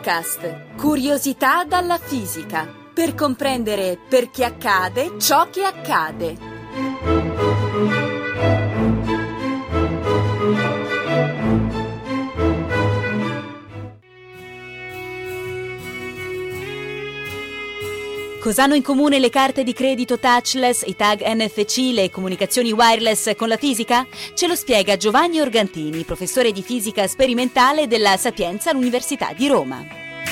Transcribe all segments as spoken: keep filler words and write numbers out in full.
Fisiocast, curiosità dalla fisica, per comprendere perché accade ciò che accade. Cosa hanno in comune le carte di credito touchless, i tag N F C, le comunicazioni wireless con la fisica? Ce lo spiega Giovanni Organtini, professore di fisica sperimentale della Sapienza all'Università di Roma.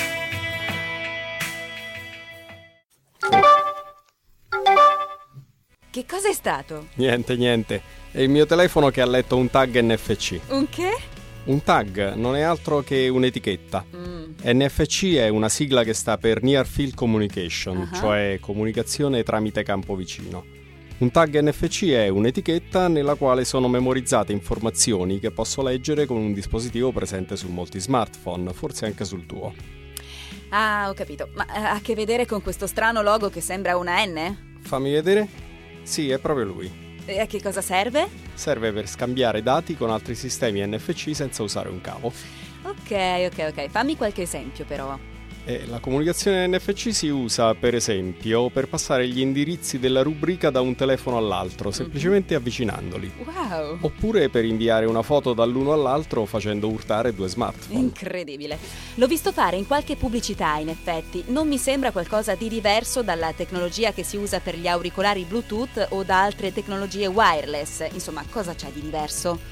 Che cosa è stato? Niente, niente. È il mio telefono che ha letto un tag N F C. Un che? Un tag non è altro che un'etichetta. Mm. N F C è una sigla che sta per Near Field Communication, uh-huh. cioè comunicazione tramite campo vicino. Un tag N F C è un'etichetta nella quale sono memorizzate informazioni che posso leggere con un dispositivo presente su molti smartphone, forse anche sul tuo. Ah, ho capito. Ma ha a che vedere con questo strano logo che sembra una N? Fammi vedere. Sì, è proprio lui. E a che cosa serve? Serve per scambiare dati con altri sistemi N F C senza usare un cavo. Ok, ok, ok. Fammi qualche esempio però. E la comunicazione N F C si usa, per esempio, per passare gli indirizzi della rubrica da un telefono all'altro, semplicemente mm-hmm. avvicinandoli. Wow! Oppure per inviare una foto dall'uno all'altro facendo urtare due smartphone. Incredibile! L'ho visto fare in qualche pubblicità, in effetti. Non mi sembra qualcosa di diverso dalla tecnologia che si usa per gli auricolari Bluetooth o da altre tecnologie wireless. Insomma, cosa c'è di diverso?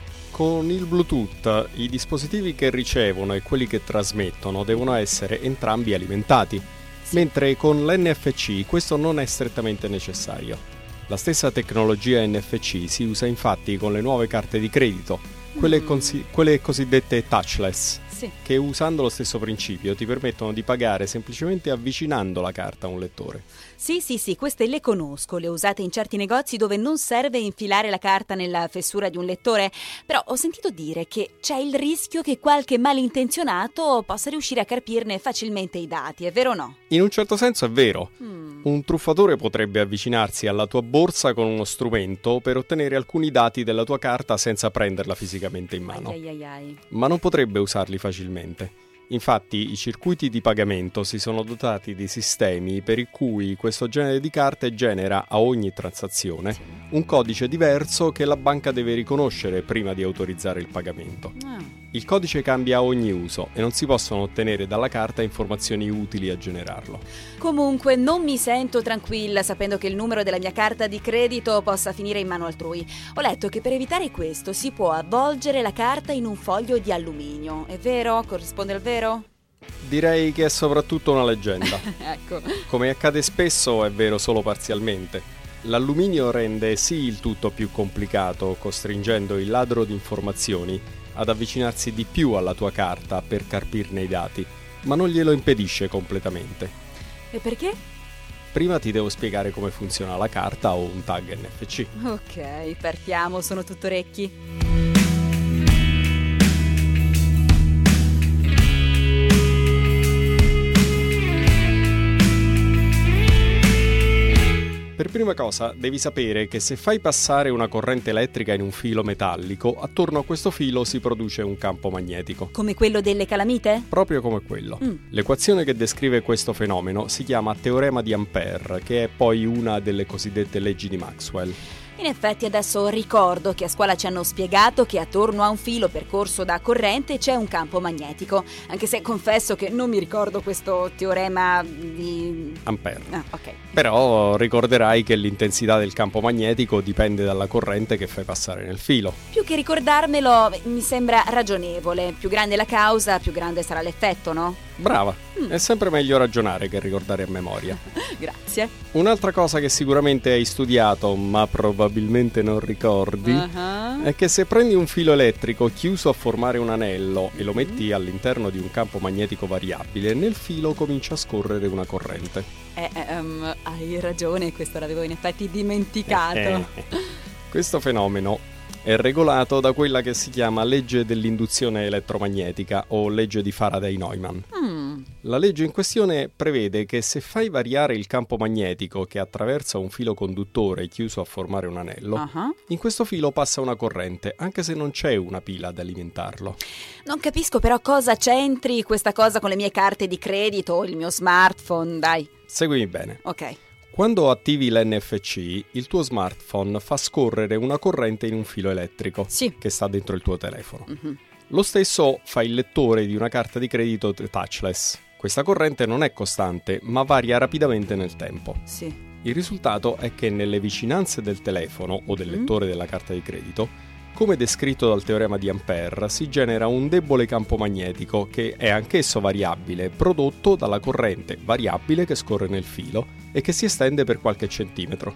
Con il Bluetooth i dispositivi che ricevono e quelli che trasmettono devono essere entrambi alimentati, sì. mentre con l'N F C questo non è strettamente necessario. La stessa tecnologia N F C si usa infatti con le nuove carte di credito, quelle, mm. consi- quelle cosiddette touchless, sì. che usando lo stesso principio ti permettono di pagare semplicemente avvicinando la carta a un lettore. Sì, sì, sì, queste le conosco, le ho usate in certi negozi dove non serve infilare la carta nella fessura di un lettore, però ho sentito dire che c'è il rischio che qualche malintenzionato possa riuscire a carpirne facilmente i dati, è vero o no? In un certo senso è vero. Mm. Un truffatore potrebbe avvicinarsi alla tua borsa con uno strumento per ottenere alcuni dati della tua carta senza prenderla fisicamente in mano. Ai, ai, ai. Ma non potrebbe usarli facilmente. Infatti i circuiti di pagamento si sono dotati di sistemi per cui questo genere di carte genera a ogni transazione sì. un codice diverso che la banca deve riconoscere prima di autorizzare il pagamento. Ah. Il codice cambia a ogni uso e non si possono ottenere dalla carta informazioni utili a generarlo. Comunque non mi sento tranquilla sapendo che il numero della mia carta di credito possa finire in mano altrui. Ho letto che per evitare questo si può avvolgere la carta in un foglio di alluminio. È vero? Corrisponde al vero? Direi che è soprattutto una leggenda. Ecco. Come accade spesso, è vero solo parzialmente. L'alluminio rende sì il tutto più complicato, costringendo il ladro di informazioni ad avvicinarsi di più alla tua carta per carpirne i dati, ma non glielo impedisce completamente. E perché? Prima ti devo spiegare come funziona la carta o un tag N F C. Ok, partiamo, sono tutto orecchi. Per prima cosa devi sapere che se fai passare una corrente elettrica in un filo metallico, attorno a questo filo si produce un campo magnetico. Come quello delle calamite? Proprio come quello. Mm. L'equazione che descrive questo fenomeno si chiama teorema di Ampère, che è poi una delle cosiddette leggi di Maxwell. In effetti adesso ricordo che a scuola ci hanno spiegato che attorno a un filo percorso da corrente c'è un campo magnetico, anche se confesso che non mi ricordo questo teorema di... Ampère. Ah, ok. Però ricorderai che l'intensità del campo magnetico dipende dalla corrente che fai passare nel filo. Più che ricordarmelo, mi sembra ragionevole. Più grande la causa, più grande sarà l'effetto, no? Brava, mm. è sempre meglio ragionare che ricordare a memoria. Grazie. Un'altra cosa che sicuramente hai studiato, ma probabilmente non ricordi, uh-huh. è che se prendi un filo elettrico chiuso a formare un anello e lo metti all'interno di un campo magnetico variabile, nel filo comincia a scorrere una corrente. Eh, um, hai ragione, questo l'avevo in effetti dimenticato. Eh, eh. Questo fenomeno è regolato da quella che si chiama legge dell'induzione elettromagnetica o legge di Faraday-Neumann. Mm. La legge in questione prevede che se fai variare il campo magnetico che attraversa un filo conduttore chiuso a formare un anello, uh-huh. in questo filo passa una corrente, anche se non c'è una pila ad alimentarlo. Non capisco però cosa c'entri questa cosa con le mie carte di credito o il mio smartphone, dai. Seguimi bene. Ok. Quando attivi l'N F C, il tuo smartphone fa scorrere una corrente in un filo elettrico sì. che sta dentro il tuo telefono. Uh-huh. Lo stesso fa il lettore di una carta di credito touchless. Questa corrente non è costante, ma varia rapidamente nel tempo. Sì. Il risultato è che nelle vicinanze del telefono o del lettore mm. della carta di credito, come descritto dal teorema di Ampère, si genera un debole campo magnetico che è anch'esso variabile, prodotto dalla corrente variabile che scorre nel filo e che si estende per qualche centimetro.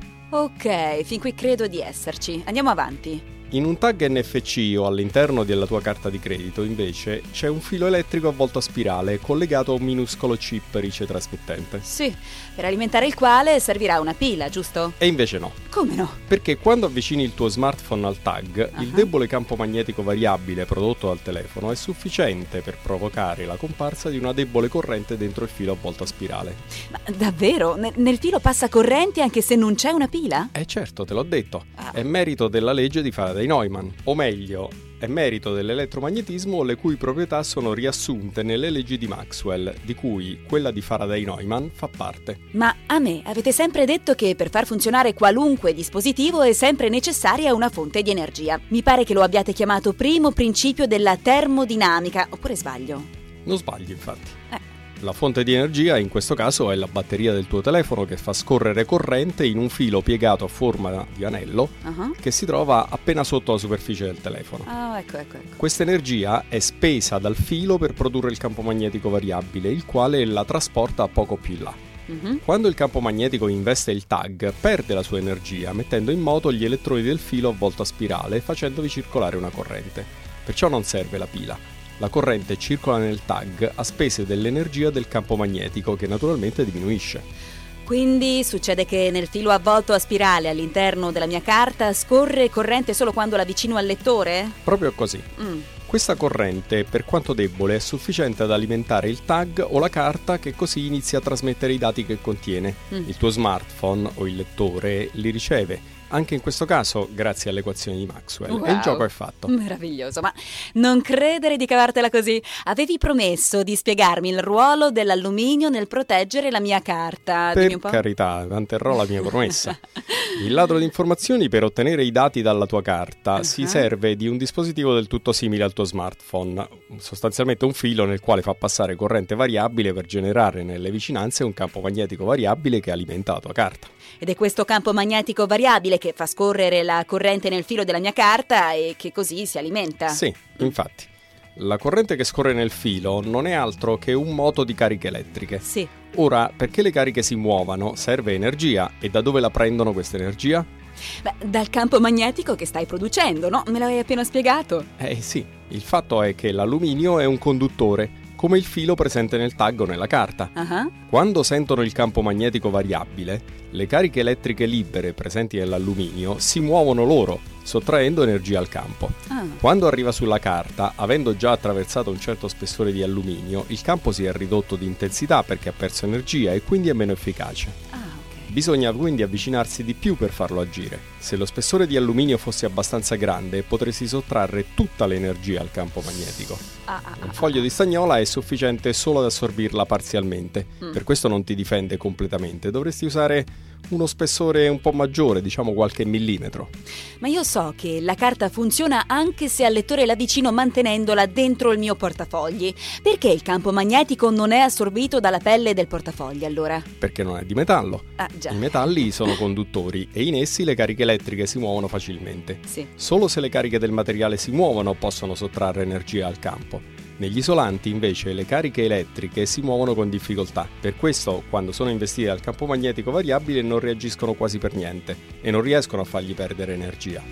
Ok, fin qui credo di esserci. Andiamo avanti. In un tag N F C o all'interno della tua carta di credito, invece, c'è un filo elettrico avvolto a spirale collegato a un minuscolo chip ricetrasmittente. Sì, per alimentare il quale servirà una pila, giusto? E invece no. Come no? Perché quando avvicini il tuo smartphone al tag, uh-huh. il debole campo magnetico variabile prodotto dal telefono è sufficiente per provocare la comparsa di una debole corrente dentro il filo avvolto a spirale. Ma davvero? N- nel filo passa corrente anche se non c'è una pila? Eh certo, te l'ho detto. Ah. È merito della legge di Faraday Neumann, o meglio, è merito dell'elettromagnetismo le cui proprietà sono riassunte nelle leggi di Maxwell, di cui quella di Faraday Neumann fa parte. Ma a me avete sempre detto che per far funzionare qualunque dispositivo è sempre necessaria una fonte di energia. Mi pare che lo abbiate chiamato primo principio della termodinamica, oppure sbaglio? Non sbagli, infatti. Eh. La fonte di energia in questo caso è la batteria del tuo telefono che fa scorrere corrente in un filo piegato a forma di anello uh-huh. che si trova appena sotto la superficie del telefono. Ah, ecco, ecco, ecco. Questa energia è spesa dal filo per produrre il campo magnetico variabile, il quale la trasporta poco più in là. Uh-huh. Quando il campo magnetico investe il tag, perde la sua energia, mettendo in moto gli elettroni del filo avvolto a spirale e facendovi circolare una corrente. Perciò non serve la pila. La corrente circola nel tag a spese dell'energia del campo magnetico, che naturalmente diminuisce. Quindi succede che nel filo avvolto a spirale all'interno della mia carta scorre corrente solo quando la avvicino al lettore? Proprio così. Mm. Questa corrente, per quanto debole, è sufficiente ad alimentare il tag o la carta, che così inizia a trasmettere i dati che contiene. Mm. Il tuo smartphone o il lettore li riceve. Anche in questo caso grazie alle equazioni di Maxwell. Wow. E il gioco è fatto. Meraviglioso, ma non credere di cavartela così. Avevi promesso di spiegarmi il ruolo dell'alluminio nel proteggere la mia carta. Per Dimmi un po'. Carità, manterrò la mia promessa. Il ladro di informazioni, per ottenere i dati dalla tua carta, uh-huh. si serve di un dispositivo del tutto simile al tuo smartphone, sostanzialmente un filo nel quale fa passare corrente variabile per generare nelle vicinanze un campo magnetico variabile che alimenta la tua carta. Ed è questo campo magnetico variabile che fa scorrere la corrente nel filo della mia carta e che così si alimenta. Sì, infatti. La corrente che scorre nel filo non è altro che un moto di cariche elettriche. Sì. Ora, perché le cariche si muovano, serve energia. E da dove la prendono questa energia? Beh, dal campo magnetico che stai producendo, no? Me l'avevi appena spiegato. Eh sì, il fatto è che l'alluminio è un conduttore, come il filo presente nel tag o nella carta. Uh-huh. Quando sentono il campo magnetico variabile, le cariche elettriche libere presenti nell'alluminio si muovono loro, sottraendo energia al campo. Ah. Quando arriva sulla carta, avendo già attraversato un certo spessore di alluminio, il campo si è ridotto di intensità perché ha perso energia e quindi è meno efficace. Ah, ok. Bisogna quindi avvicinarsi di più per farlo agire. Se lo spessore di alluminio fosse abbastanza grande, potresti sottrarre tutta l'energia al campo magnetico. Ah, ah, Un ah, foglio ah. di stagnola è sufficiente solo ad assorbirla parzialmente. Mm. Per questo non ti difende completamente. Dovresti usare uno spessore un po' maggiore, diciamo qualche millimetro. Ma io so che la carta funziona anche se al lettore la vicino mantenendola dentro il mio portafogli. Perché il campo magnetico non è assorbito dalla pelle del portafogli, allora? Perché non è di metallo. Ah, già. I metalli sono conduttori e in essi le cariche elettriche si muovono facilmente. Sì. Solo se le cariche del materiale si muovono possono sottrarre energia al campo. Negli isolanti, invece, le cariche elettriche si muovono con difficoltà. Per questo, quando sono investite dal campo magnetico variabile, non reagiscono quasi per niente e non riescono a fargli perdere energia.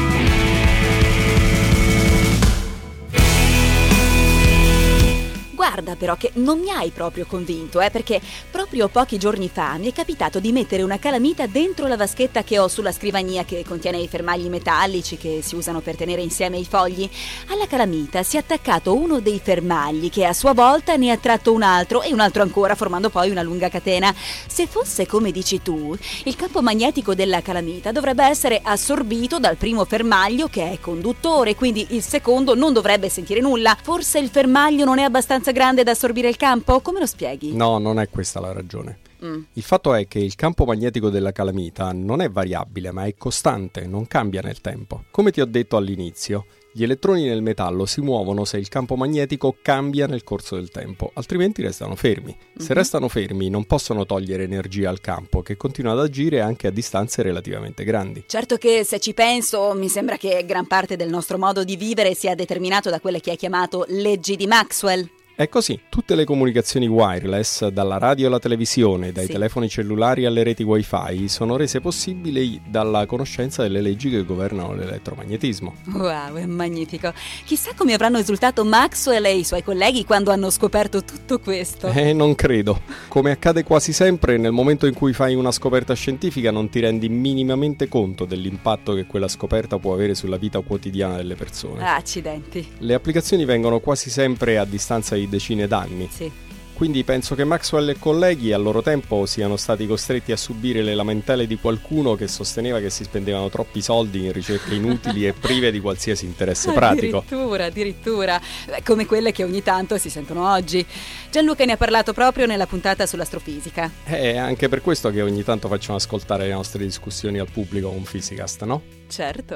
Guarda, Guarda però che non mi hai proprio convinto, eh, perché proprio pochi giorni fa mi è capitato di mettere una calamita dentro la vaschetta che ho sulla scrivania che contiene i fermagli metallici che si usano per tenere insieme i fogli. Alla calamita si è attaccato uno dei fermagli che a sua volta ne ha tratto un altro e un altro ancora, formando poi una lunga catena. Se fosse come dici tu, il campo magnetico della calamita dovrebbe essere assorbito dal primo fermaglio che è conduttore, quindi il secondo non dovrebbe sentire nulla. Forse il fermaglio non è abbastanza grande da assorbire il campo? Come lo spieghi? No, non è questa la ragione. Mm. Il fatto è che il campo magnetico della calamita non è variabile, ma è costante, non cambia nel tempo. Come ti ho detto all'inizio, gli elettroni nel metallo si muovono se il campo magnetico cambia nel corso del tempo, altrimenti restano fermi. Se Mm-hmm. restano fermi non possono togliere energia al campo, che continua ad agire anche a distanze relativamente grandi. Certo che se ci penso mi sembra che gran parte del nostro modo di vivere sia determinato da quelle che hai chiamato leggi di Maxwell. È così, tutte le comunicazioni wireless, dalla radio alla televisione, dai Sì. telefoni cellulari alle reti wifi, sono rese possibili dalla conoscenza delle leggi che governano l'elettromagnetismo. Wow, è magnifico. Chissà come avranno esultato Maxwell e i suoi colleghi quando hanno scoperto tutto questo. Eh, non credo. Come accade quasi sempre, nel momento in cui fai una scoperta scientifica non ti rendi minimamente conto dell'impatto che quella scoperta può avere sulla vita quotidiana delle persone. Accidenti. Le applicazioni vengono quasi sempre a distanza di decine d'anni. Sì. Quindi penso che Maxwell e colleghi a loro tempo siano stati costretti a subire le lamentele di qualcuno che sosteneva che si spendevano troppi soldi in ricerche inutili e prive di qualsiasi interesse pratico. Addirittura, addirittura. Eh, Come quelle che ogni tanto si sentono oggi. Gianluca ne ha parlato proprio nella puntata sull'astrofisica. È anche per questo che ogni tanto facciamo ascoltare le nostre discussioni al pubblico con Physicast, no? Certo.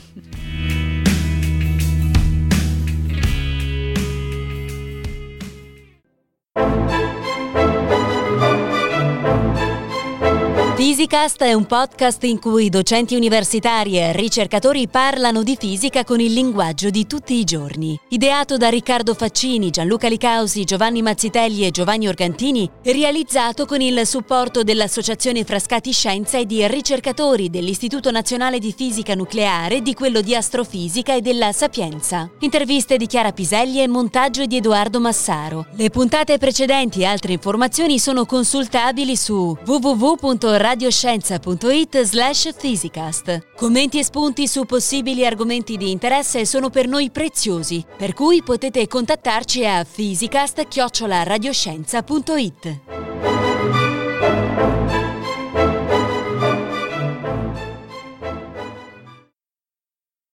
Physicast è un podcast in cui docenti universitari e ricercatori parlano di fisica con il linguaggio di tutti i giorni. Ideato da Riccardo Faccini, Gianluca Licausi, Giovanni Mazzitelli e Giovanni Organtini, e realizzato con il supporto dell'Associazione Frascati Scienza e di ricercatori dell'Istituto Nazionale di Fisica Nucleare, di quello di Astrofisica e della Sapienza. Interviste di Chiara Piselli e montaggio di Edoardo Massaro. Le puntate precedenti e altre informazioni sono consultabili su w w w punto radioscienza punto it slash physicast. Commenti e spunti su possibili argomenti di interesse sono per noi preziosi, per cui potete contattarci a physicast chiocciola radioscienza punto it.